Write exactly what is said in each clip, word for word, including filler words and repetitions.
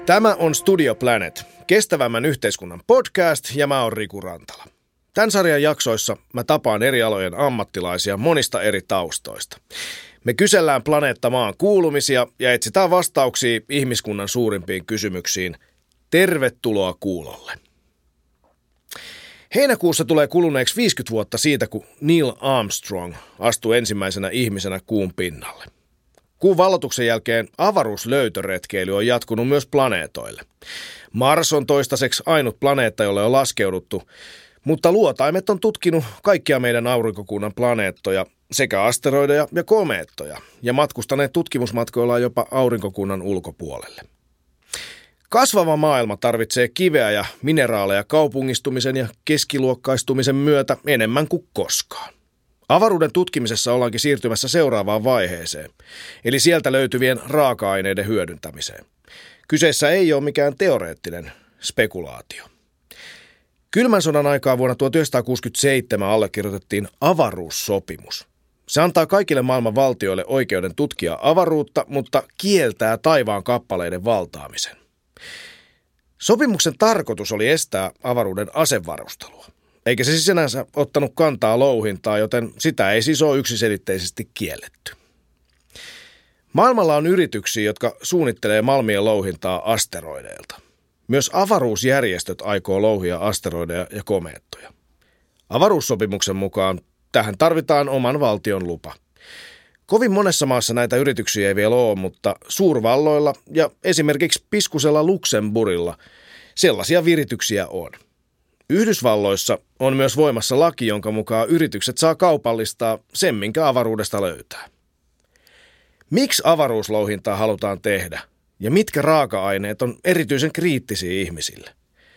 Tämä on Studio Planet, kestävämmän yhteiskunnan podcast, ja mä oon Riku Rantala. Tämän sarjan jaksoissa mä tapaan eri alojen ammattilaisia monista eri taustoista. Me kysellään planeetta maan kuulumisia ja etsitään vastauksia ihmiskunnan suurimpiin kysymyksiin. Tervetuloa kuulolle. Heinäkuussa tulee kuluneeksi viisikymmentä vuotta siitä, kun Neil Armstrong astui ensimmäisenä ihmisenä kuun pinnalle. Kuun valloituksen jälkeen avaruuslöytöretkeily on jatkunut myös planeetoille. Mars on toistaiseksi ainut planeetta, jolle on laskeuduttu, mutta luotaimet on tutkinut kaikkia meidän aurinkokunnan planeettoja, sekä asteroideja ja komeettoja, ja matkustaneet tutkimusmatkoillaan jopa aurinkokunnan ulkopuolelle. Kasvava maailma tarvitsee kiveä ja mineraaleja kaupungistumisen ja keskiluokkaistumisen myötä enemmän kuin koskaan. Avaruuden tutkimisessa ollaankin siirtymässä seuraavaan vaiheeseen, eli sieltä löytyvien raaka-aineiden hyödyntämiseen. Kyseessä ei ole mikään teoreettinen spekulaatio. Kylmän sodan aikaa vuonna tuhatyhdeksänsataakuusikymmentäseitsemän allekirjoitettiin avaruussopimus. Se antaa kaikille maailman valtioille oikeuden tutkia avaruutta, mutta kieltää taivaan kappaleiden valtaamisen. Sopimuksen tarkoitus oli estää avaruuden asevarustelua, eikä se sinänsä ottanut kantaa louhintaa, joten sitä ei siis ole yksiselitteisesti kielletty. Maailmalla on yrityksiä, jotka suunnittelee malmien louhintaa asteroideilta. Myös avaruusjärjestöt aikoo louhia asteroideja ja komeettoja. Avaruussopimuksen mukaan tähän tarvitaan oman valtion lupa. Kovin monessa maassa näitä yrityksiä ei vielä ole, mutta suurvalloilla ja esimerkiksi piskusella Luxemburgilla sellaisia virityksiä on. Yhdysvalloissa on myös voimassa laki, jonka mukaan yritykset saa kaupallistaa sen, minkä avaruudesta löytää. Miksi avaruuslouhintaa halutaan tehdä? Ja mitkä raaka-aineet on erityisen kriittisiä ihmisille?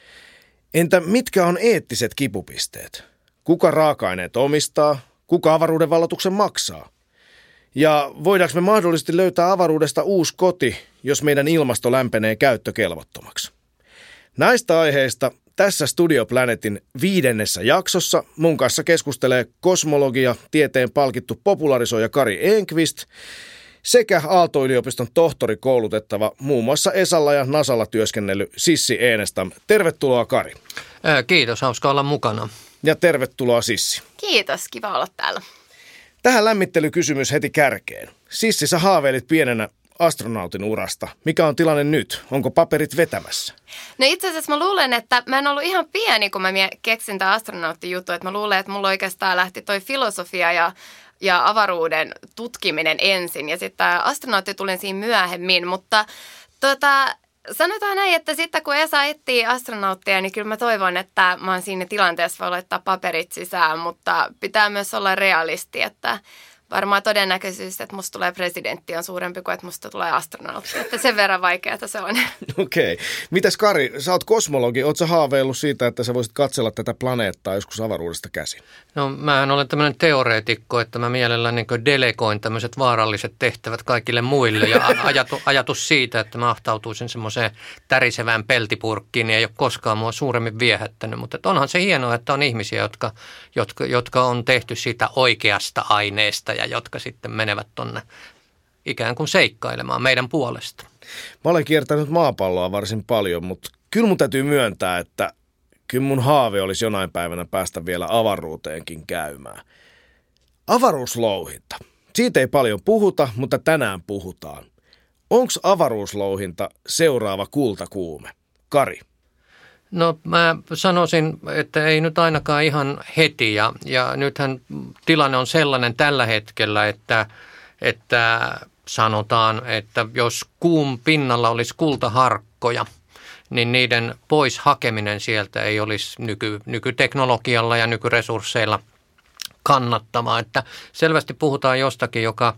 Entä mitkä on eettiset kipupisteet? Kuka raaka-aineet omistaa? Kuka avaruuden valloituksen maksaa? Ja voidaanko me mahdollisesti löytää avaruudesta uusi koti, jos meidän ilmasto lämpenee käyttökelvottomaksi? Näistä aiheista tässä Studio Planetin viidennessä jaksossa mun kanssa keskustelee kosmologia, tieteen palkittu popularisoija Kari Enqvist sekä Aalto-yliopiston tohtorikoulutettava muun muassa Esalla ja Nasalla työskennellyt Sissi Enestam. Tervetuloa, Kari. Kiitos, hauska olla mukana. Ja tervetuloa, Sissi. Kiitos, kiva olla täällä. Tähän lämmittelykysymys heti kärkeen. Sissi, sä haaveilit pienenä astronautin urasta. Mikä on tilanne nyt? Onko paperit vetämässä? No itse asiassa mä luulen, että mä en ollut ihan pieni, kun mä keksin tämän astronauttijutun. Että mä luulen, että mulla oikeastaan lähti toi filosofia ja, ja avaruuden tutkiminen ensin. Ja sitten tämä astronautti tuli siinä myöhemmin. Mutta tota, sanotaan näin, että sitten kun Esa etsii astronautteja, niin kyllä mä toivon, että mä oon siinä tilanteessa voi laittaa paperit sisään. Mutta pitää myös olla realisti, että varmaan todennäköisyys, että musta tulee presidentti on suurempi kuin että musta tulee astronautti. Että sen verran vaikeaa se on. Okei. Okay. Mitäs Kari, sä oot kosmologi. Oot sä haaveillut siitä, että sä voisit katsella tätä planeettaa joskus avaruudesta käsin? No mähän olen tämmöinen teoreetikko, että mä mielelläni niin delegoin tämmöiset vaaralliset tehtävät kaikille muille. Ja ajatu, ajatus siitä, että mä ahtautuisin semmoiseen tärisevään peltipurkkiin, niin ei ole koskaan mua suuremmin viehättänyt. Mutta onhan se hienoa, että on ihmisiä, jotka, jotka, jotka on tehty siitä oikeasta aineesta ja jotka sitten menevät tonne ikään kuin seikkailemaan meidän puolesta. Mä olen kiertänyt maapalloa varsin paljon, mutta kyllä mun täytyy myöntää, että kyllä mun haave olisi jonain päivänä päästä vielä avaruuteenkin käymään. Avaruuslouhinta. Siitä ei paljon puhuta, mutta tänään puhutaan. Onko avaruuslouhinta seuraava kultakuume? Kari. No mä sanoisin, että ei nyt ainakaan ihan heti ja, ja nythän tilanne on sellainen tällä hetkellä, että, että sanotaan, että jos kuun pinnalla olisi kultaharkkoja, niin niiden pois hakeminen sieltä ei olisi nyky, nykyteknologialla ja nykyresursseilla kannattavaa. Että selvästi puhutaan jostakin, joka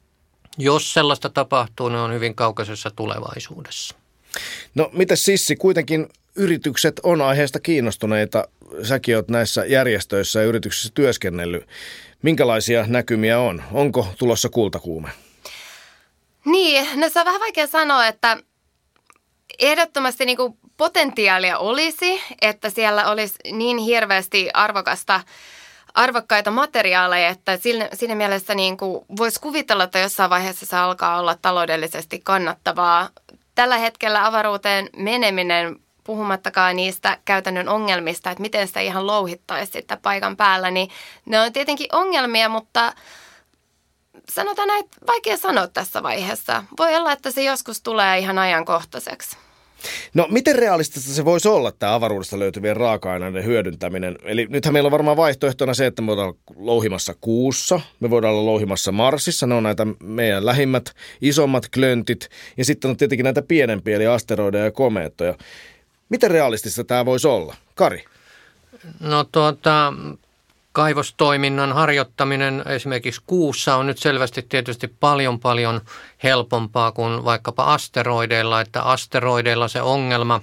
jos sellaista tapahtuu, niin on hyvin kaukaisessa tulevaisuudessa. No mitäs Sissi, kuitenkin yritykset on aiheesta kiinnostuneita. Säkin oot näissä järjestöissä ja yrityksissä työskennellyt. Minkälaisia näkymiä on? Onko tulossa kultakuume? Niin, no se on vähän vaikea sanoa, että ehdottomasti niin kuin potentiaalia olisi, että siellä olisi niin hirveästi arvokasta, arvokkaita materiaaleja, että siinä, siinä mielessä niin kuin voisi kuvitella, että jossain vaiheessa se alkaa olla taloudellisesti kannattavaa tällä hetkellä avaruuteen meneminen, puhumattakaan niistä käytännön ongelmista, että miten sitä ihan louhittaisi sitten paikan päällä, niin ne on tietenkin ongelmia, mutta sanotaan näin, vaikea sanoa tässä vaiheessa. Voi olla, että se joskus tulee ihan ajankohtaiseksi. No miten realistista se voisi olla, tämä avaruudesta löytyvien raaka-aineiden hyödyntäminen? Eli nythän meillä on varmaan vaihtoehtona se, että me voidaan olla louhimassa Kuussa, me voidaan olla louhimassa Marsissa, ne on näitä meidän lähimmät isommat klöntit, ja sitten on tietenkin näitä pienempiä, eli asteroideja ja komeettoja. Miten realistista tämä voisi olla? Kari? No tuota, kaivostoiminnan harjoittaminen esimerkiksi Kuussa on nyt selvästi tietysti paljon paljon helpompaa kuin vaikkapa asteroideilla, että asteroideilla se ongelma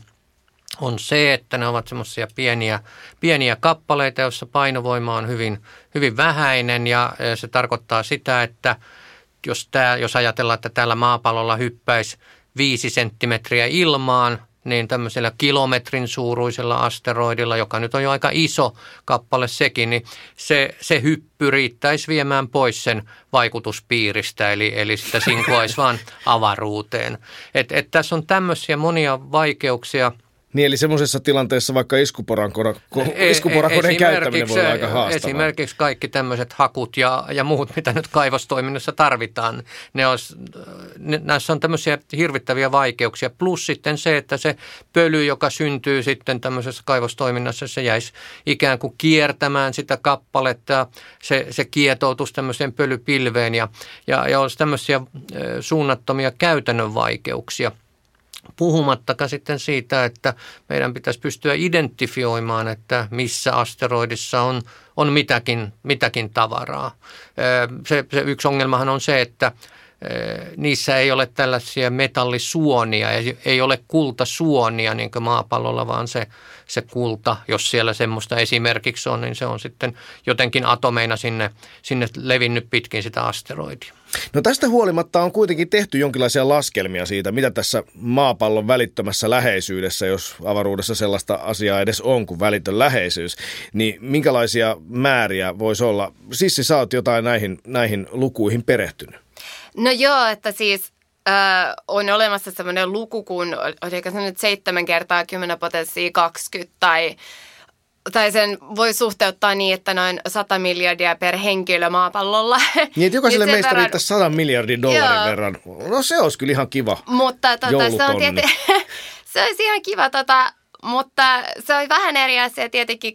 on se, että ne ovat semmoisia pieniä, pieniä kappaleita, joissa painovoima on hyvin, hyvin vähäinen ja se tarkoittaa sitä, että jos, tämä, jos ajatellaan, että täällä maapallolla hyppäisi viisi senttimetriä ilmaan, niin tämmöisellä kilometrin suuruisella asteroidilla, joka nyt on jo aika iso kappale sekin, niin se, se hyppy riittäisi viemään pois sen vaikutuspiiristä, eli, eli sitä sinkoaisi vaan avaruuteen. Et, et tässä on tämmöisiä monia vaikeuksia. Niin, eli semmoisessa tilanteessa vaikka iskuporakoneen käyttäminen voi olla aika haastavaa. Esimerkiksi kaikki tämmöiset hakut ja, ja muut, mitä nyt kaivostoiminnassa tarvitaan, ne olisi, ne, näissä on tämmöisiä hirvittäviä vaikeuksia. Plus sitten se, että se pöly, joka syntyy sitten tämmöisessä kaivostoiminnassa, se jäisi ikään kuin kiertämään sitä kappaletta, se, se kietoutuisi tämmöiseen pölypilveen ja, ja, ja olisi tämmöisiä suunnattomia käytännön vaikeuksia. Puhumattakaan sitten siitä, että meidän pitäisi pystyä identifioimaan, että missä asteroidissa on, on mitäkin, mitäkin tavaraa. Se, se yksi ongelmahan on se, että niissä ei ole tällaisia metallisuonia, ei, ei ole kultasuonia niin kuin maapallolla, vaan se, se kulta, jos siellä semmoista esimerkiksi on, niin se on sitten jotenkin atomeina sinne, sinne levinnyt pitkin sitä asteroidia. No tästä huolimatta on kuitenkin tehty jonkinlaisia laskelmia siitä, mitä tässä maapallon välittömässä läheisyydessä, jos avaruudessa sellaista asiaa edes on kuin välitön läheisyys, niin minkälaisia määriä voisi olla? Sissi, sä oot jotain näihin, näihin lukuihin perehtynyt. No joo, että siis äh, on olemassa semmoinen luku, kun oliko se nyt seitsemän kertaa kymmenen potenssia kaksikymmentä tai, tai sen voi suhteuttaa niin, että noin sata miljardia per henkilö maapallolla. Niin, että jokaiselle niin meistä verran riittäisi sata miljardin dollarin joo. verran. No se olisi kyllä ihan kiva. Mutta tota, se, on tiety, se olisi ihan kiva, tota, mutta se on vähän eri asia tietenkin,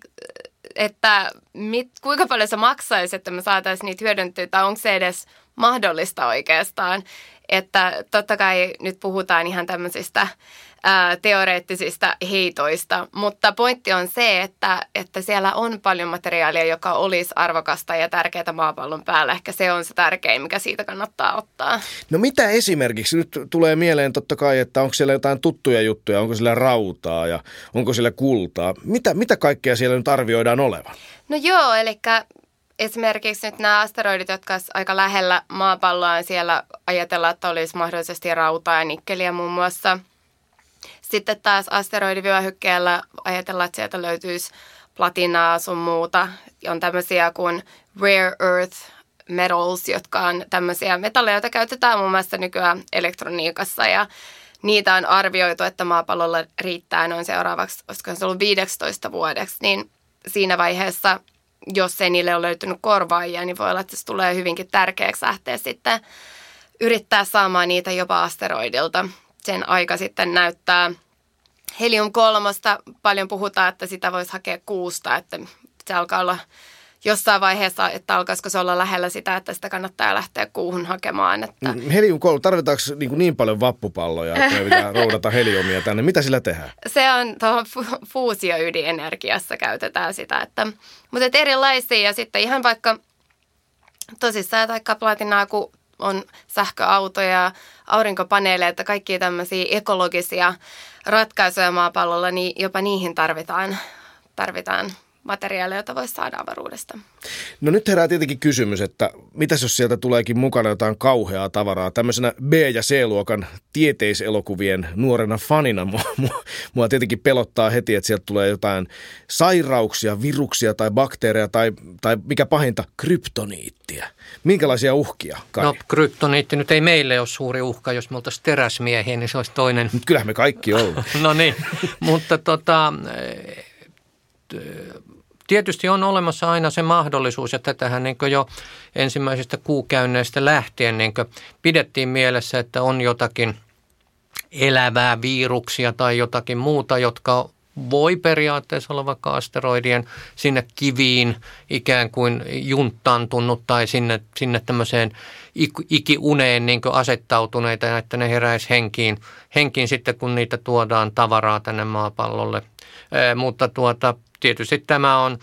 että mit, kuinka paljon se maksaisi, että me saataisiin niitä hyödyntyä, tai onko se edes mahdollista oikeastaan, että totta kai nyt puhutaan ihan tämmöisistä ää, teoreettisista heitoista, mutta pointti on se, että, että siellä on paljon materiaalia, joka olisi arvokasta ja tärkeää maapallon päällä. Ehkä se on se tärkein, mikä siitä kannattaa ottaa. No mitä esimerkiksi? Nyt tulee mieleen totta kai, että onko siellä jotain tuttuja juttuja, onko siellä rautaa ja onko siellä kultaa? Mitä, mitä kaikkea siellä nyt arvioidaan olevan? No joo, eli esimerkiksi nyt nämä asteroidit, jotka ovat aika lähellä maapalloa, siellä ajatellaan, että olisi mahdollisesti rautaa ja nikkeliä muun muassa. Sitten taas asteroidivyöhykkeellä ajatellaan, että sieltä löytyisi platinaa sun muuta. On tämmöisiä kuin rare earth metals, jotka on tämmöisiä metalleja, joita käytetään muun muassa nykyään elektroniikassa. Ja niitä on arvioitu, että maapallolla riittää noin seuraavaksi, olisiko se ollut viisitoista vuodeksi, niin siinä vaiheessa, jos ei niille ole löytynyt korvaajia, niin voi olla, että se tulee hyvinkin tärkeäksi lähteä sitten yrittää saamaan niitä jopa asteroidilta. Sen aika sitten näyttää helium kolmosta. Paljon puhutaan, että sitä voisi hakea kuusta, että se alkaa olla jossain vaiheessa, että alkaisiko se olla lähellä sitä, että sitä kannattaa lähteä kuuhun hakemaan. Että helium kolme, tarvitaanko niin, niin paljon vappupalloja, että me pitää roudata heliumia tänne? Mitä sillä tehdään? Se on tuohon fu- fuusioydinenergiassa käytetään sitä, että, mutta et erilaisia ja sitten ihan vaikka tosissaan vaikka platinaa, kun on sähköautoja, aurinkopaneeleita, kaikkia tämmöisiä ekologisia ratkaisuja maapallolla, niin jopa niihin tarvitaan, tarvitaan materiaaleja, joita voisi saada avaruudesta. No nyt herää tietenkin kysymys, että mitäs jos sieltä tuleekin mukana jotain kauheaa tavaraa. Tämmöisenä B- ja C-luokan tieteiselokuvien nuorena fanina mua, mua tietenkin pelottaa heti, että sieltä tulee jotain sairauksia, viruksia tai bakteereja tai, tai mikä pahinta, kryptoniittia. Minkälaisia uhkia, Kari? No kryptoniitti nyt ei meille ole suuri uhka, jos me oltaisiin teräsmiehiä, niin se olisi toinen. Mutta kyllähän me kaikki ollaan. No niin, mutta tota... Tietysti on olemassa aina se mahdollisuus, ja tätähän niin jo ensimmäisestä kuukäynneistä lähtien niin pidettiin mielessä, että on jotakin elävää viruksia tai jotakin muuta, jotka voi periaatteessa olla vaikka asteroidien sinne kiviin ikään kuin junttaantunut tai sinne, sinne tämmöiseen ikiuneen niin asettautuneita, että ne heräisi henkiin, henkiin sitten, kun niitä tuodaan tavaraa tänne maapallolle. Ee, mutta tuota, tietysti tämä on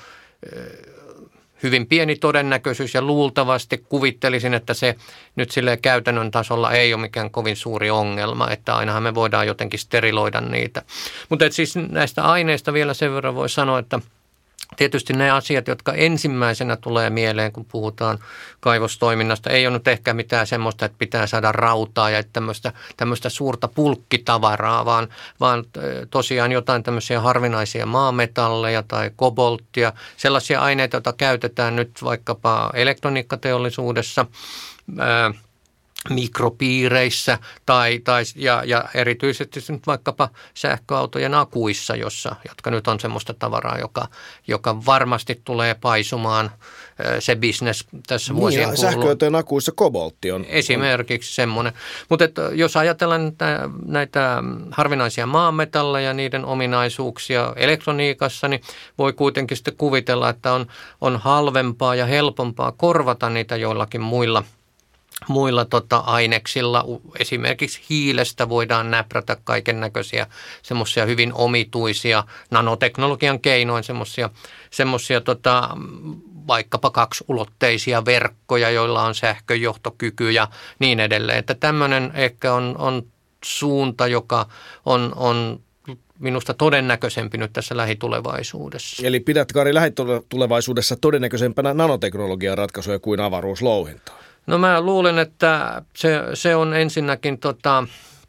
hyvin pieni todennäköisyys ja luultavasti kuvittelisin, että se nyt silleen käytännön tasolla ei ole mikään kovin suuri ongelma, että ainahan me voidaan jotenkin steriloida niitä. Mutta siis näistä aineista vielä sen verran voi sanoa, että tietysti ne asiat, jotka ensimmäisenä tulee mieleen, kun puhutaan kaivostoiminnasta, ei ole nyt ehkä mitään semmoista, että pitää saada rautaa ja tämmöistä, tämmöistä suurta pulkkitavaraa, vaan, vaan tosiaan jotain tämmöisiä harvinaisia maametalleja tai kobolttia, sellaisia aineita, joita käytetään nyt vaikkapa elektroniikkateollisuudessa, ää, mikropiireissä tai, tai, ja, ja erityisesti nyt vaikkapa sähköautojen akuissa, jossa, jotka nyt on semmoista tavaraa, joka, joka varmasti tulee paisumaan se business tässä vuosien niin, kulua. Sähköautojen akuissa koboltti on. Esimerkiksi semmoinen. Mutta jos ajatellaan näitä, näitä harvinaisia maametalleja, niiden ominaisuuksia elektroniikassa, niin voi kuitenkin sitten kuvitella, että on, on halvempaa ja helpompaa korvata niitä joillakin muilla Muilla tota, aineksilla, esimerkiksi hiilestä voidaan näprätä kaiken näköisiä semmoisia hyvin omituisia nanoteknologian keinoin semmoisia, semmoisia tota, vaikkapa kaksiulotteisia verkkoja, joilla on sähköjohtokyky ja niin edelleen. Että tämmöinen ehkä on, on suunta, joka on, on minusta todennäköisempi nyt tässä lähitulevaisuudessa. Eli pidät, Kari, lähitulevaisuudessa todennäköisempänä nanoteknologian ratkaisuja kuin avaruuslouhintaa? No mä luulen, että se, se on ensinnäkin tota,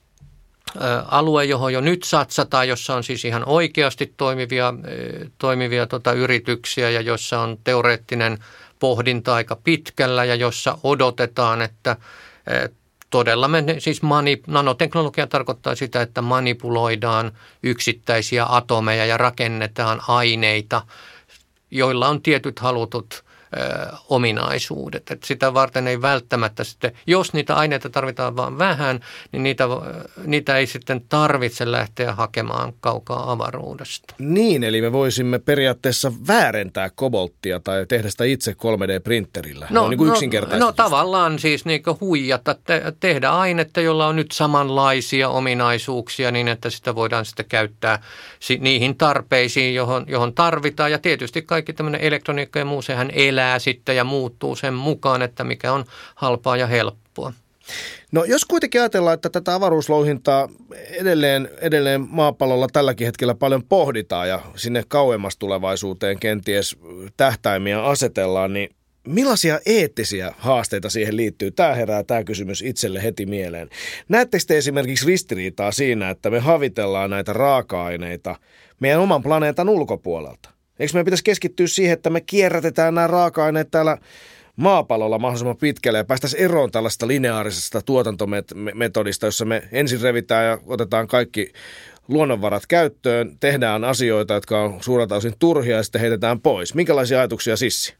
ä, alue, johon jo nyt satsataan, jossa on siis ihan oikeasti toimivia, ä, toimivia tota, yrityksiä ja jossa on teoreettinen pohdinta aika pitkällä ja jossa odotetaan, että ä, todella me, siis mani, nanoteknologia tarkoittaa sitä, että manipuloidaan yksittäisiä atomeja ja rakennetaan aineita, joilla on tietyt halutut ominaisuudet. Että sitä varten ei välttämättä sitten, jos niitä aineita tarvitaan vaan vähän, niin niitä, niitä ei sitten tarvitse lähteä hakemaan kaukaa avaruudesta. Niin, eli me voisimme periaatteessa väärentää kobolttia tai tehdä sitä itse kolme D-printerillä. No, no, niin kuin no, yksinkertaisesti. no tavallaan siis niin kuin huijata, te, tehdä ainetta, jolla on nyt samanlaisia ominaisuuksia niin, että sitä voidaan sitten käyttää niihin tarpeisiin, johon, johon tarvitaan. Ja tietysti kaikki tämmöinen elektroniikka ja muu, sehän elää sitten ja muuttuu sen mukaan, että mikä on halpaa ja helppoa. No jos kuitenkin ajatellaan, että tätä avaruuslouhintaa edelleen, edelleen maapallolla tälläkin hetkellä paljon pohditaan ja sinne kauemmas tulevaisuuteen kenties tähtäimiä asetellaan, niin millaisia eettisiä haasteita siihen liittyy? Tämä herää tämä kysymys itselle heti mieleen. Näettekö te esimerkiksi ristiriitaa siinä, että me havitellaan näitä raaka-aineita meidän oman planeetan ulkopuolelta? Eikö meidän pitäisi keskittyä siihen, että me kierrätetään nämä raaka-aineet täällä maapallolla mahdollisimman pitkälle ja päästäisiin eroon tällaista lineaarisesta tuotantometodista, jossa me ensin revitään ja otetaan kaikki luonnonvarat käyttöön, tehdään asioita, jotka on suurelta osin turhia ja sitten heitetään pois. Minkälaisia ajatuksia, Sissi?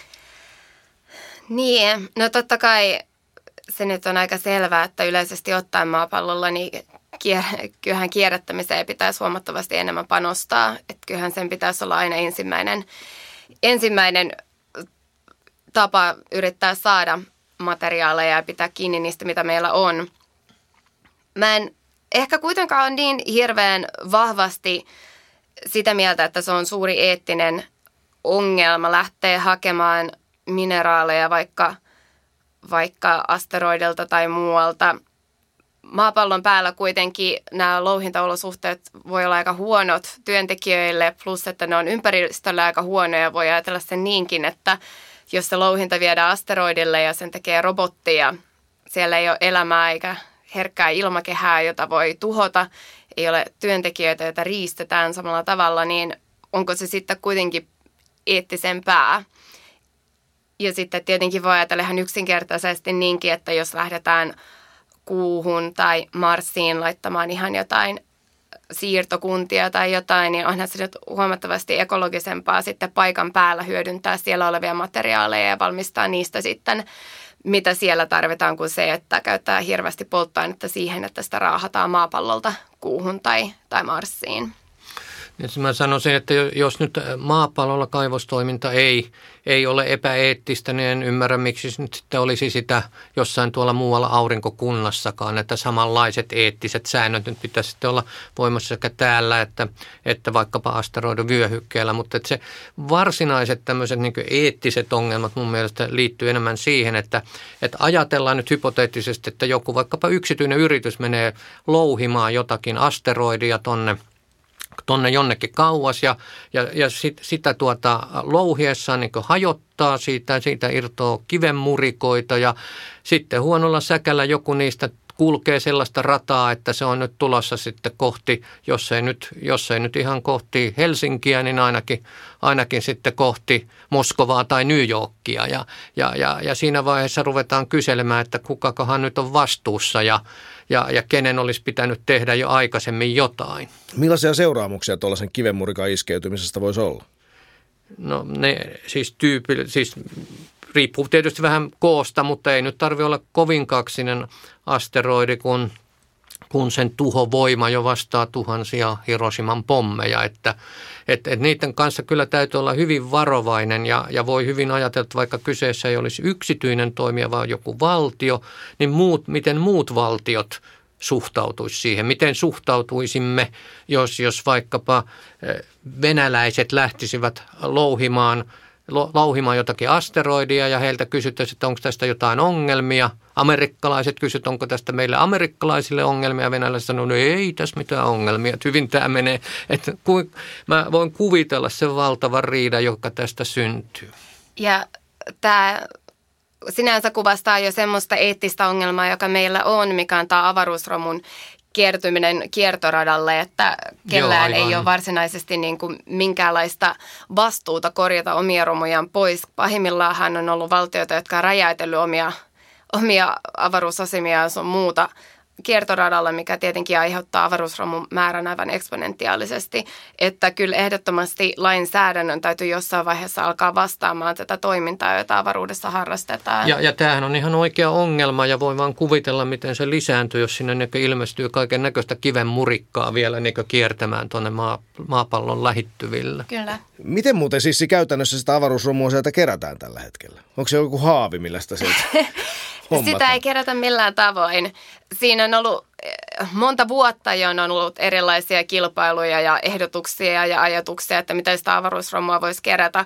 Niin, no totta kai se nyt on aika selvää, että yleisesti ottaen maapallolla niin kier- kyllähän kierrättämiseen pitäisi huomattavasti enemmän panostaa. Että kyllähän sen pitäisi olla aina ensimmäinen, ensimmäinen tapa yrittää saada materiaaleja ja pitää kiinni niistä, mitä meillä on. Mä en ehkä kuitenkaan ole niin hirveän vahvasti sitä mieltä, että se on suuri eettinen ongelma lähteä hakemaan mineraaleja vaikka, vaikka asteroidilta tai muualta maapallon päällä kuitenkin nämä louhintaolosuhteet voi olla aika huonot työntekijöille, plus että ne on ympäristölle aika huonoja. Voi ajatella sen niinkin, että jos se louhinta viedään asteroidille ja sen tekee robotti ja siellä ei ole elämää eikä herkkää ilmakehää, jota voi tuhota, ei ole työntekijöitä, joita riistetään samalla tavalla, niin onko se sitten kuitenkin eettisempää? Ja sitten tietenkin voi ajatella ihan yksinkertaisesti niinkin, että jos lähdetään Kuuhun tai Marsiin laittamaan ihan jotain siirtokuntia tai jotain, niin onhan se nyt huomattavasti ekologisempaa sitten paikan päällä hyödyntää siellä olevia materiaaleja ja valmistaa niistä sitten, mitä siellä tarvitaan, kuin se, että käyttää hirveästi polttoainetta siihen, että sitä raahataan maapallolta Kuuhun tai, tai Marsiin. Mä sanoisin, että jos nyt maapallolla kaivostoiminta ei, ei ole epäeettistä, niin en ymmärrä, miksi nyt sitten olisi sitä jossain tuolla muualla aurinkokunnassakaan, että samanlaiset eettiset säännöt nyt pitäisi sitten olla voimassa sekä täällä että, että vaikkapa asteroidin vyöhykkeellä, mutta että se varsinaiset tämmöiset niin kuin eettiset ongelmat mun mielestä liittyy enemmän siihen, että, että ajatellaan nyt hypoteettisesti, että joku vaikkapa yksityinen yritys menee louhimaan jotakin asteroidia tonne tuonne jonnekin kauas ja, ja, ja sit, sitä tuota louhiessaan niin hajottaa siitä, siitä irtoaa kivenmurikoita ja sitten huonolla säkällä joku niistä kulkee sellaista rataa, että se on nyt tulossa sitten kohti, jos ei nyt, jos ei nyt ihan kohti Helsinkiä, niin ainakin, ainakin sitten kohti Moskovaa tai New Yorkia. Ja, ja, ja, ja siinä vaiheessa ruvetaan kyselemään, että kukakohan nyt on vastuussa ja, ja, ja kenen olisi pitänyt tehdä jo aikaisemmin jotain. Millaisia seuraamuksia tuollaisen kivenmurikan iskeytymisestä voisi olla? No ne siis tyypillä, siis riippuu tietysti vähän koosta, mutta ei nyt tarvitse olla kovin kaksinen asteroidi, kun, kun sen tuhovoima jo vastaa tuhansia Hiroshiman pommeja. Että et, et niiden kanssa kyllä täytyy olla hyvin varovainen ja, ja voi hyvin ajatella, että vaikka kyseessä ei olisi yksityinen toimija, vaan joku valtio, niin muut, miten muut valtiot suhtautuisi siihen. Miten suhtautuisimme, jos, jos vaikkapa venäläiset lähtisivät louhimaan louhimaan jotakin asteroidia ja heiltä kysyttäisiin, että onko tästä jotain ongelmia. Amerikkalaiset kysyvät, onko tästä meille amerikkalaisille ongelmia. Venäläiset sanoo, no ei tässä mitään ongelmia. Että hyvin tämä menee. Että kuin, mä voin kuvitella sen valtavan riidan, joka tästä syntyy. Ja tämä sinänsä kuvastaa jo semmoista eettistä ongelmaa, joka meillä on, mikä on tämä avaruusromun kiertyminen kiertoradalle, että kellään Joo, ei ole varsinaisesti niin kuin minkäänlaista vastuuta korjata omia romujaan pois. Pahimmillaan on ollut valtioita, jotka on räjäytellyt omia, omia avaruusasemia ja sun muuta kiertoradalla, mikä tietenkin aiheuttaa avaruusromun määrän aivan eksponentiaalisesti. Että kyllä ehdottomasti lainsäädännön täytyy jossain vaiheessa alkaa vastaamaan tätä toimintaa, jota avaruudessa harrastetaan. Ja, ja tämähän on ihan oikea ongelma ja voi vaan kuvitella, miten se lisääntyy, jos sinne ilmestyy kaiken näköistä kiven murikkaa vielä kiertämään tuonne maa, maapallon lähittyvillä. Kyllä. Miten muuten siis käytännössä sitä avaruusromua sieltä kerätään tällä hetkellä? Onko se joku haavi, millä sitä sieltä hommataan? Sitä ei kerätä millään tavoin. Siinä on ollut monta vuotta jo on ollut erilaisia kilpailuja ja ehdotuksia ja ajatuksia, että miten sitä avaruusromua voisi kerätä.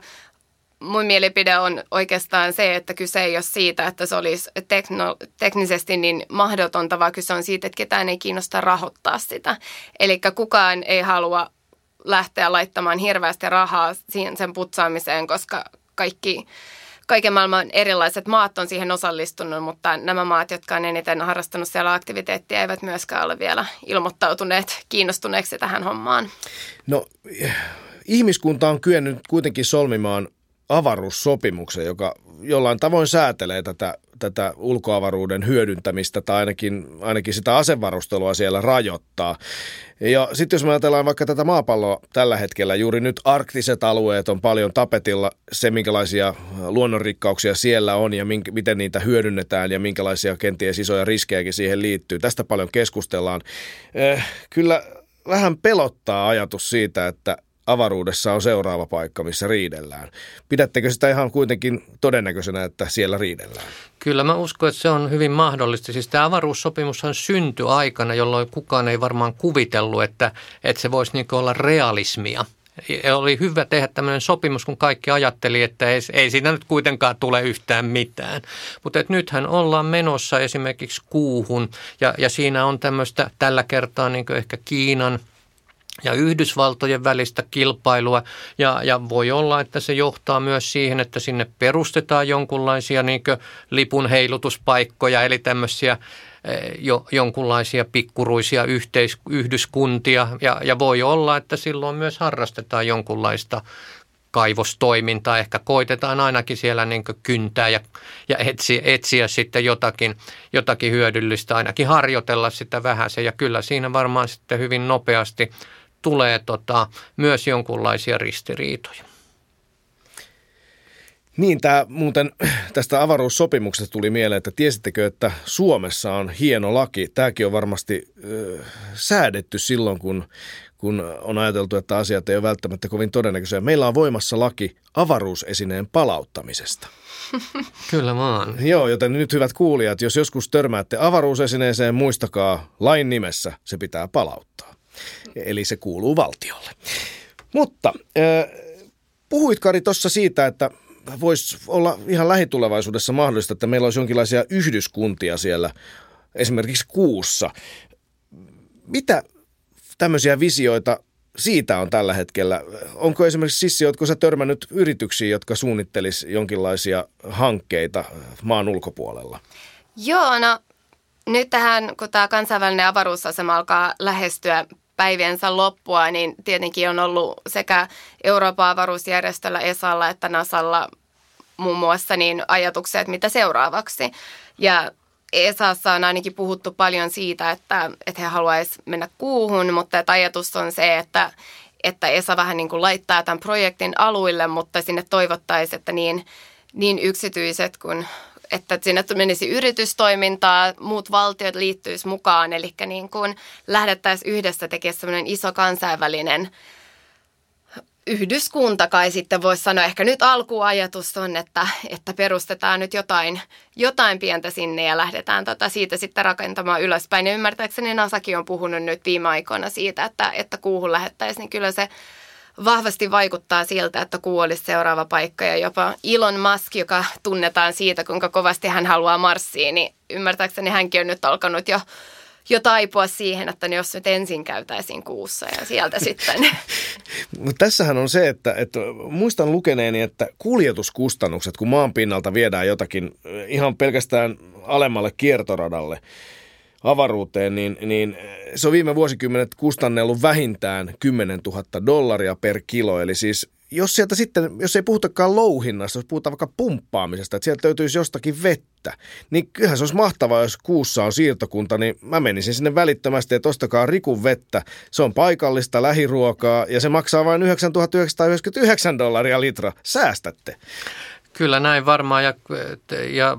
Mun mielipide on oikeastaan se, että kyse ei ole siitä, että se olisi tekno, teknisesti niin mahdotonta, vaan kyse on siitä, että ketään ei kiinnosta rahoittaa sitä. Eli kukaan ei halua lähteä laittamaan hirveästi rahaa siihen sen putsaamiseen, koska kaikki... Kaiken maailman erilaiset maat on siihen osallistunut, mutta nämä maat, jotka on eniten harrastanut siellä aktiviteettia, eivät myöskään ole vielä ilmoittautuneet kiinnostuneeksi tähän hommaan. No, ihmiskunta on kyennyt kuitenkin solmimaan avaruussopimuksen, joka jollain tavoin säätelee tätä, tätä ulkoavaruuden hyödyntämistä tai ainakin, ainakin sitä asevarustelua siellä rajoittaa. Ja sitten jos me ajatellaan vaikka tätä maapalloa tällä hetkellä, juuri nyt arktiset alueet on paljon tapetilla, se minkälaisia luonnonrikkauksia siellä on ja mink, miten niitä hyödynnetään ja minkälaisia kenties isoja riskejäkin siihen liittyy. Tästä paljon keskustellaan. Eh, kyllä vähän pelottaa ajatus siitä, että avaruudessa on seuraava paikka, missä riidellään. Pidättekö sitä ihan kuitenkin todennäköisenä, että siellä riidellään? Kyllä mä uskon, että se on hyvin mahdollista. Siis tämä avaruussopimushan syntyi aikana, jolloin kukaan ei varmaan kuvitellut, että, että se voisi niin olla realismia. Oli hyvä tehdä tämmöinen sopimus, kun kaikki ajatteli, että ei, ei siinä nyt kuitenkaan tule yhtään mitään. Mutta nythän ollaan menossa esimerkiksi kuuhun ja, ja siinä on tämmöistä tällä kertaa niin kuin ehkä Kiinan ja Yhdysvaltojen välistä kilpailua ja, ja voi olla, että se johtaa myös siihen, että sinne perustetaan jonkunlaisia niin kuin lipun heilutuspaikkoja eli tämmöisiä jo, jonkunlaisia pikkuruisia yhteis, yhdyskuntia ja, ja voi olla, että silloin myös harrastetaan jonkunlaista kaivostoimintaa. Ehkä koitetaan ainakin siellä niin kuin kyntää ja, ja etsiä, etsiä sitten jotakin, jotakin hyödyllistä, ainakin harjoitella sitä vähäsen ja kyllä siinä varmaan sitten hyvin nopeasti tulee tota, myös jonkunlaisia ristiriitoja. Niin, tämä muuten tästä avaruussopimuksesta tuli mieleen, että tiesittekö, että Suomessa on hieno laki. Tämäkin on varmasti ö, säädetty silloin, kun, kun on ajateltu, että asiat ei ole välttämättä kovin todennäköisiä. Meillä on voimassa laki avaruusesineen palauttamisesta. Kyllä vaan. Joo, joten nyt hyvät kuulijat, jos joskus törmäätte avaruusesineeseen, muistakaa lain nimessä, se pitää palauttaa. Eli se kuuluu valtiolle. Mutta ö, puhuit Kari tuossa siitä, että voisi olla ihan lähitulevaisuudessa mahdollista, että meillä olisi jonkinlaisia yhdyskuntia siellä, esimerkiksi kuussa. Mitä tämmöisiä visioita siitä on tällä hetkellä? Onko esimerkiksi Sissi, oletko sä törmännyt yrityksiin, jotka suunnittelisi jonkinlaisia hankkeita maan ulkopuolella? Joo, no nyt tähän, kun tämä kansainvälinen avaruusasema alkaa lähestyä päiviensä loppua, niin tietenkin on ollut sekä Euroopan avaruusjärjestöllä, E S A:lla että NASAlla muun muassa niin ajatuksia, että mitä seuraavaksi. Ja E S A:ssa on ainakin puhuttu paljon siitä, että, että he haluaisivat mennä kuuhun, mutta että ajatus on se, että, että E S A vähän niin kuin laittaa tämän projektin aluille, mutta sinne toivottaisiin, että niin, niin yksityiset kuin että sinne menisi yritystoimintaa, muut valtiot liittyisi mukaan, eli niin kuin lähdettäisiin yhdessä tekemään semmoinen iso kansainvälinen yhdyskunta, kai sitten voisi sanoa. Ehkä nyt alkuajatus on, että, että perustetaan nyt jotain, jotain pientä sinne ja lähdetään tota siitä sitten rakentamaan ylöspäin. Ja ymmärtääkseni NASAkin on puhunut nyt viime aikoina siitä, että, että kuuhun lähettäisiin, niin kyllä se vahvasti vaikuttaa siltä, että kuu olisi seuraava paikka ja jopa Elon Musk, joka tunnetaan siitä, kuinka kovasti hän haluaa Marsiin, niin ymmärtääkseni hänkin on nyt alkanut jo, jo taipua siihen, että jos nyt ensin käytäisiin kuussa ja sieltä sitten. Mutta tässähän on se, että, että muistan lukeneeni, että kuljetuskustannukset, kun maan pinnalta viedään jotakin ihan pelkästään alemmalle kiertoradalle, avaruuteen, niin, niin se on viime vuosikymmenet kustannellut vähintään kymmenen tuhatta dollaria per kilo. Eli siis jos sieltä sitten, jos ei puhutakaan louhinnasta, jos puhutaan vaikka pumppaamisesta, että sieltä löytyisi jostakin vettä, niin kyllähän se olisi mahtavaa, jos kuussa on siirtokunta, niin mä menisin sinne välittömästi, että ostakaa Rikun vettä. Se on paikallista lähiruokaa ja se maksaa vain yhdeksäntuhatta yhdeksänsataayhdeksänkymmentäyhdeksän dollaria litra. Säästätte. Kyllä näin varmaan, ja, ja,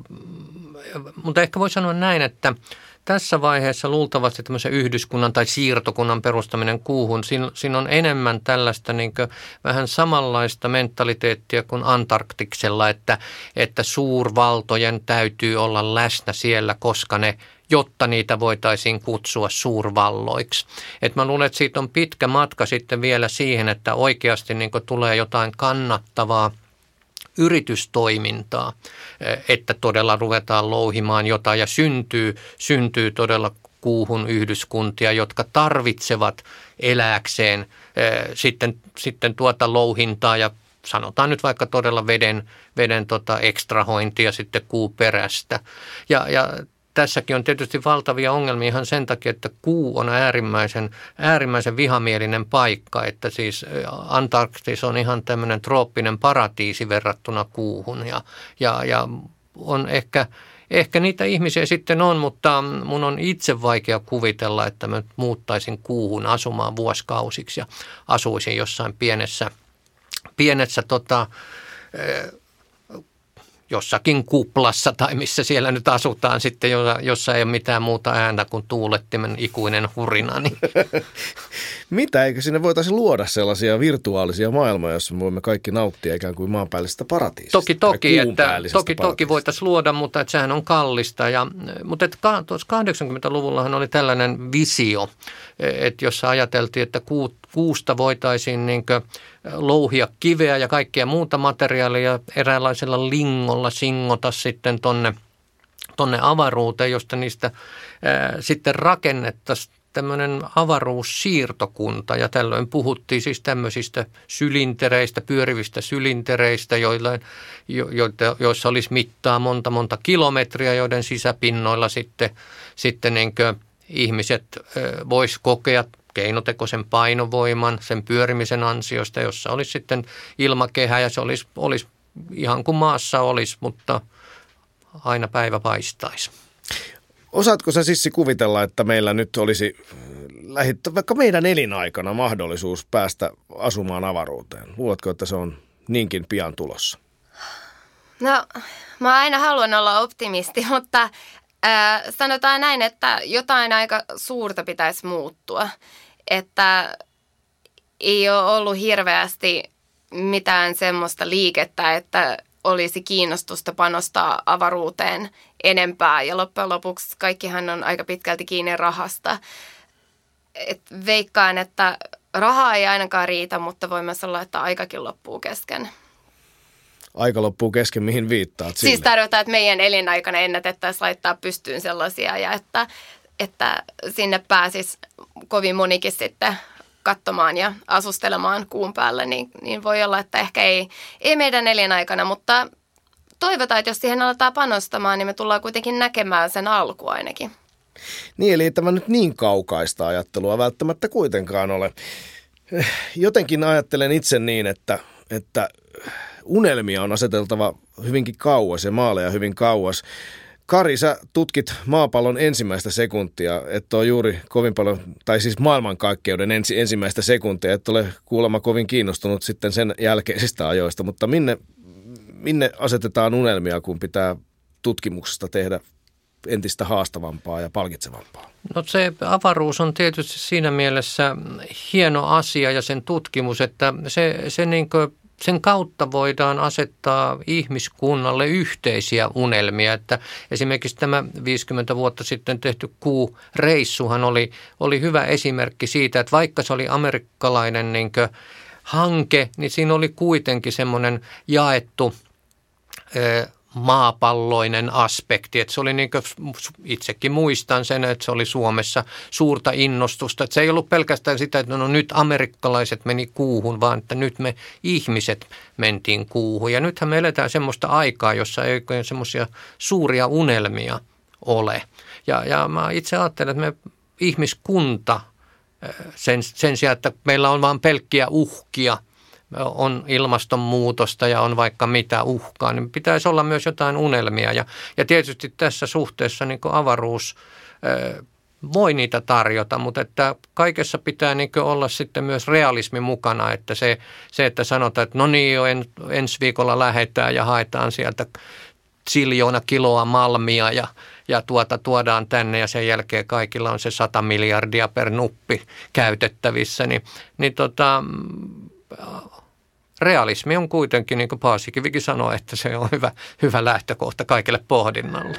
mutta ehkä voi sanoa näin, että tässä vaiheessa luultavasti tämmöisen yhdyskunnan tai siirtokunnan perustaminen kuuhun, siinä, siinä on enemmän tällaista niin kuin vähän samanlaista mentaliteettia kuin Antarktiksella, että, että suurvaltojen täytyy olla läsnä siellä, koska ne, jotta niitä voitaisiin kutsua suurvalloiksi. Et mä luulen, että siitä on pitkä matka sitten vielä siihen, että oikeasti niin kuin tulee jotain kannattavaa yritystoimintaa, että todella ruvetaan louhimaan jotain ja syntyy, syntyy todella kuuhun yhdyskuntia, jotka tarvitsevat elääkseen sitten, sitten tuota louhintaa ja sanotaan nyt vaikka todella veden, veden tota ekstrahointia sitten kuuperästä. Ja, ja tässäkin on tietysti valtavia ongelmia ihan sen takia, että kuu on äärimmäisen, äärimmäisen vihamielinen paikka, että siis Antarktis on ihan tämmöinen trooppinen paratiisi verrattuna kuuhun ja, ja, ja on ehkä, ehkä niitä ihmisiä sitten on, mutta mun on itse vaikea kuvitella, että mä muuttaisin kuuhun asumaan vuosikausiksi ja asuisin jossain pienessä, pienessä tota, jossakin kuplassa tai missä siellä nyt asutaan sitten, jossa ei ole mitään muuta ääntä kuin tuulettimen ikuinen hurina. Niin. Mitä, eikö sinne voitaisiin luoda sellaisia virtuaalisia maailmoja, joissa me voimme kaikki nauttia ikään kuin maanpäällisestä paratiisista? Toki, toki, että, toki, toki voitaisiin luoda, mutta että sehän on kallista. Ja, mutta että tuossa kahdeksankymmentäluvullahan oli tällainen visio, että jossa ajateltiin, että kuu, kuusta voitaisiin niin kuin louhia kiveä ja kaikkea muuta materiaalia eräänlaisella lingolla singota sitten tonne, tonne avaruuteen, josta niistä ää, sitten rakennettaisiin tämmöinen avaruussiirtokunta, ja tällöin puhuttiin siis tämmöisistä sylintereistä, pyörivistä sylintereistä, joilla, jo, jo, joissa olisi mittaa monta monta kilometriä, joiden sisäpinnoilla sitten, sitten niin kuin ihmiset vois kokea keinotekoisen painovoiman sen pyörimisen ansiosta, jossa olisi sitten ilmakehä, ja se olisi, olisi ihan kuin maassa olisi, mutta aina päivä paistaisi. Osaatko sä, Sissi, kuvitella, että meillä nyt olisi lähittä, vaikka meidän elinaikana mahdollisuus päästä asumaan avaruuteen? Luuletko, että se on niinkin pian tulossa? No, mä aina haluan olla optimisti, mutta äh, sanotaan näin, että jotain aika suurta pitäisi muuttua. Että ei ole ollut hirveästi mitään semmoista liikettä, että olisi kiinnostusta panostaa avaruuteen enempää, ja loppujen lopuksi kaikkihan on aika pitkälti kiinni rahasta. Et veikkaan, että rahaa ei ainakaan riitä, mutta voi myös olla, että aikakin loppuu kesken. Aika loppuu kesken, mihin viittaat sille? Siis tarkoittaa, että meidän elinaikana ennätettäisiin laittaa pystyyn sellaisia, ja että, että sinne pääsisi kovin monikin sitten katsomaan ja asustelemaan kuun päällä, niin, niin voi olla, että ehkä ei, ei meidän elinaikana, mutta toivotaan, että jos siihen aletaan panostamaan, niin me tullaan kuitenkin näkemään sen alku ainakin. Niin, eli tämä nyt niin kaukaista ajattelua välttämättä kuitenkaan ole. Jotenkin ajattelen itse niin, että, että unelmia on aseteltava hyvinkin kauas ja maaleja hyvin kauas. Kari, sä tutkit maapallon ensimmäistä sekuntia, et ole juuri kovin paljon, tai siis maailmankaikkeuden ensi, ensimmäistä sekuntia, et ole kuulemma kovin kiinnostunut sitten sen jälkeisistä ajoista, mutta minne, minne asetetaan unelmia, kun pitää tutkimuksesta tehdä entistä haastavampaa ja palkitsevampaa? No se avaruus on tietysti siinä mielessä hieno asia ja sen tutkimus, että se, se niin kuin sen kautta voidaan asettaa ihmiskunnalle yhteisiä unelmia, että esimerkiksi tämä viisikymmentä vuotta sitten tehty kuureissuhan oli, oli hyvä esimerkki siitä, että vaikka se oli amerikkalainen niin kuin hanke, niin siinä oli kuitenkin semmoinen jaettu ö, maapalloinen aspekti, että se oli niin kuin, itsekin muistan sen, että se oli Suomessa suurta innostusta, että se ei ollut pelkästään sitä, että no nyt amerikkalaiset meni kuuhun, vaan että nyt me ihmiset mentiin kuuhun, ja nythän me eletään semmoista aikaa, jossa ei oikein semmoisia suuria unelmia ole, ja, ja mä itse ajattelen, että me ihmiskunta sen, sen sijaan, että meillä on vain pelkkiä uhkia, on ilmastonmuutosta ja on vaikka mitä uhkaa, niin pitäisi olla myös jotain unelmia. Ja, ja tietysti tässä suhteessa niin kuin avaruus ö, voi niitä tarjota, mutta että kaikessa pitää niin kuin olla sitten myös realismi mukana, että se, se että sanotaan, että no niin jo en, ensi viikolla lähdetään ja haetaan sieltä siljoona kiloa malmia ja, ja tuota, tuodaan tänne ja sen jälkeen kaikilla on se sata miljardia per nuppi käytettävissä, niin, niin tota, realismi on kuitenkin, niin kuin Paasikivikin sanoi, että se on hyvä, hyvä lähtökohta kaikille pohdinnalle.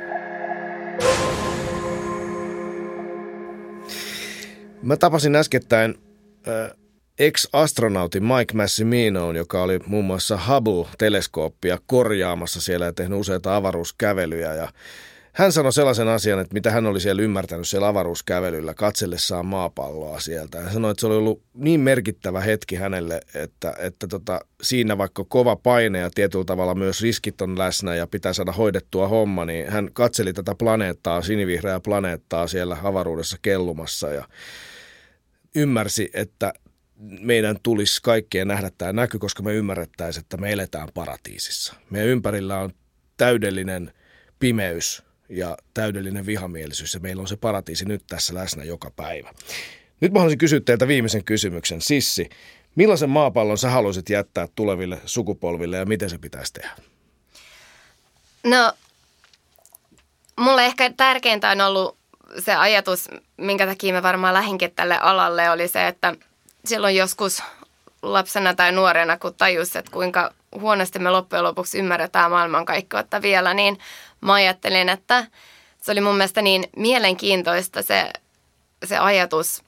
Mä tapasin äskettäin äh, ex-astronautin Mike Massiminoon, joka oli muun muassa Hubble-teleskooppia korjaamassa siellä ja tehnyt useita avaruuskävelyjä. Ja hän sanoi sellaisen asian, että mitä hän oli siellä ymmärtänyt siellä avaruuskävelyllä katsellessaan maapalloa sieltä. Hän sanoi, että se oli ollut niin merkittävä hetki hänelle, että, että tota, siinä vaikka kova paine ja tietyllä tavalla myös riskit on läsnä ja pitää saada hoidettua homma, niin hän katseli tätä planeettaa, sinivihreää planeettaa siellä avaruudessa kellumassa ja ymmärsi, että meidän tulisi kaikkien nähdä tämä näky, koska me ymmärrettäisiin, että me eletään paratiisissa. Meidän ympärillä on täydellinen pimeys ja täydellinen vihamielisyys, ja meillä on se paratiisi nyt tässä läsnä joka päivä. Nyt mä haluaisin kysyä teiltä viimeisen kysymyksen. Sissi, millaisen maapallon sä haluaisit jättää tuleville sukupolville, ja miten se pitäisi tehdä? No, mulle ehkä tärkeintä on ollut se ajatus, minkä takia mä varmaan lähinkin tälle alalle, oli se, että silloin joskus lapsena tai nuorena, kun tajus, että kuinka huonosti me loppujen lopuksi ymmärretään maailmankaikkeutta vielä, niin mä ajattelin, että se oli mun mielestä niin mielenkiintoista se, se ajatus,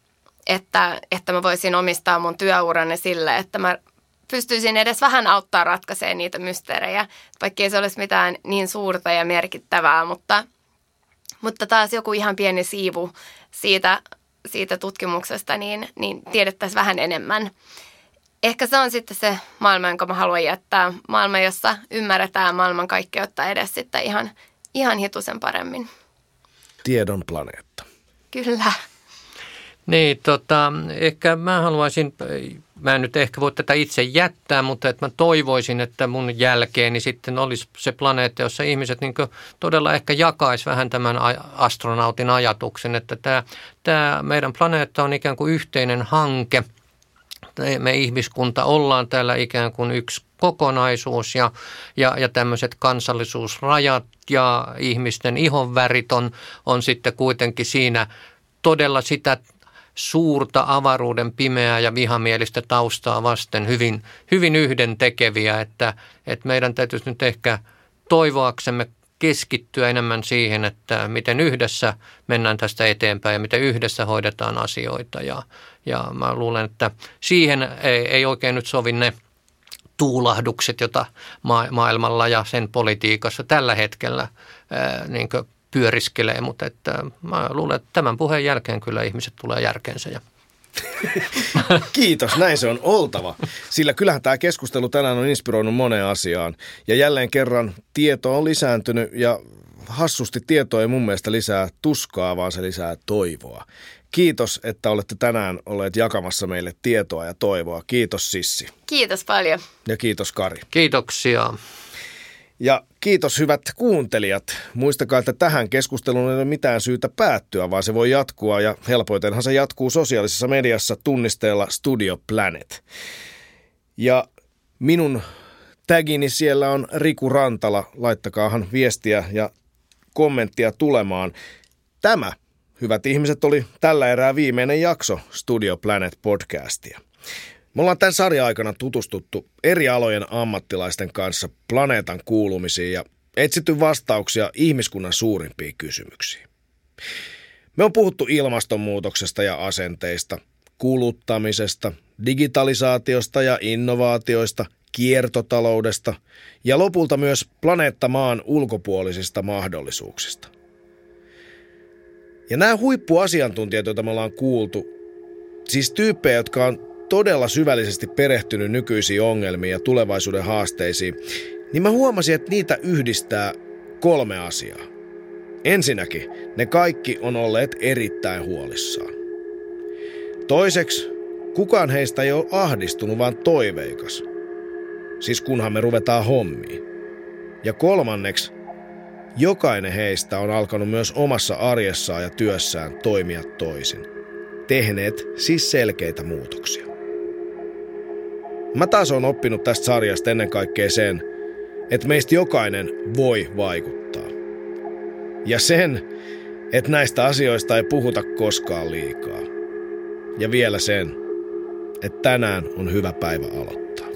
että, että mä voisin omistaa mun työurani sille, että mä pystyisin edes vähän auttaa ratkaisemaan niitä mysteerejä, vaikka ei se olisi mitään niin suurta ja merkittävää, mutta, mutta taas joku ihan pieni siivu siitä, siitä tutkimuksesta, niin, niin tiedettäisiin vähän enemmän. Ehkä se on sitten se maailma, jonka mä haluan jättää. Maailma, jossa ymmärretään maailmankaikkeutta edes sitten ihan, ihan hitusen paremmin. Tiedon planeetta. Kyllä. Niin, tota, ehkä mä haluaisin, mä en nyt ehkä voi tätä itse jättää, mutta että mä toivoisin, että mun jälkeeni sitten olisi se planeetta, jossa ihmiset niin kuin todella ehkä jakaisi vähän tämän astronautin ajatuksen, että tämä, tämä meidän planeetta on ikään kuin yhteinen hanke. Me ihmiskunta ollaan täällä ikään kuin yksi kokonaisuus ja, ja, ja tämmöiset kansallisuusrajat ja ihmisten ihonvärit on, on sitten kuitenkin siinä todella sitä suurta avaruuden pimeää ja vihamielistä taustaa vasten hyvin, hyvin yhdentekeviä, että, että meidän täytyisi nyt ehkä toivoaksemme keskittyä enemmän siihen, että miten yhdessä mennään tästä eteenpäin ja miten yhdessä hoidetaan asioita. Ja, ja mä luulen, että siihen ei, ei oikein nyt sovi ne tuulahdukset, joita ma- maailmalla ja sen politiikassa tällä hetkellä ää, niin kuin pyöriskelee, mutta että mä luulen, että tämän puheen jälkeen kyllä ihmiset tulee järkeensä. Ja Kiitos, näin se on oltava. Sillä kyllähän tämä keskustelu tänään on inspiroinut moneen asiaan. Ja jälleen kerran tieto on lisääntynyt ja hassusti tieto ei mun mielestä lisää tuskaa, vaan se lisää toivoa. Kiitos, että olette tänään olleet jakamassa meille tietoa ja toivoa. Kiitos Sissi. Kiitos paljon. Ja kiitos Kari. Kiitoksia. Ja kiitos hyvät kuuntelijat. Muistakaa, että tähän keskusteluun ei ole mitään syytä päättyä, vaan se voi jatkua ja helpoitenhan se jatkuu sosiaalisessa mediassa tunnisteella Studio Planet. Ja minun tagini siellä on Riku Rantala. Laittakaahan viestiä ja kommenttia tulemaan. Tämä, hyvät ihmiset, oli tällä erää viimeinen jakso Studio Planet podcastia. Me ollaan tämän sarjan aikana tutustuttu eri alojen ammattilaisten kanssa planeetan kuulumisiin ja etsitty vastauksia ihmiskunnan suurimpiin kysymyksiin. Me on puhuttu ilmastonmuutoksesta ja asenteista, kuluttamisesta, digitalisaatiosta ja innovaatioista, kiertotaloudesta ja lopulta myös planeetta maan ulkopuolisista mahdollisuuksista. Ja nämä huippuasiantuntijat, joita me ollaan kuultu, siis tyyppejä, jotka on todella syvällisesti perehtynyt nykyisiin ongelmiin ja tulevaisuuden haasteisiin, niin mä huomasin, että niitä yhdistää kolme asiaa. Ensinnäkin, ne kaikki on olleet erittäin huolissaan. Toiseksi, kukaan heistä ei ole ahdistunut, vaan toiveikas. Siis kunhan me ruvetaan hommiin. Ja kolmanneksi, jokainen heistä on alkanut myös omassa arjessaan ja työssään toimia toisin. Tehneet siis selkeitä muutoksia. Mä taas oon oppinut tästä sarjasta ennen kaikkea sen, että meistä jokainen voi vaikuttaa. Ja sen, että näistä asioista ei puhuta koskaan liikaa. Ja vielä sen, että tänään on hyvä päivä aloittaa.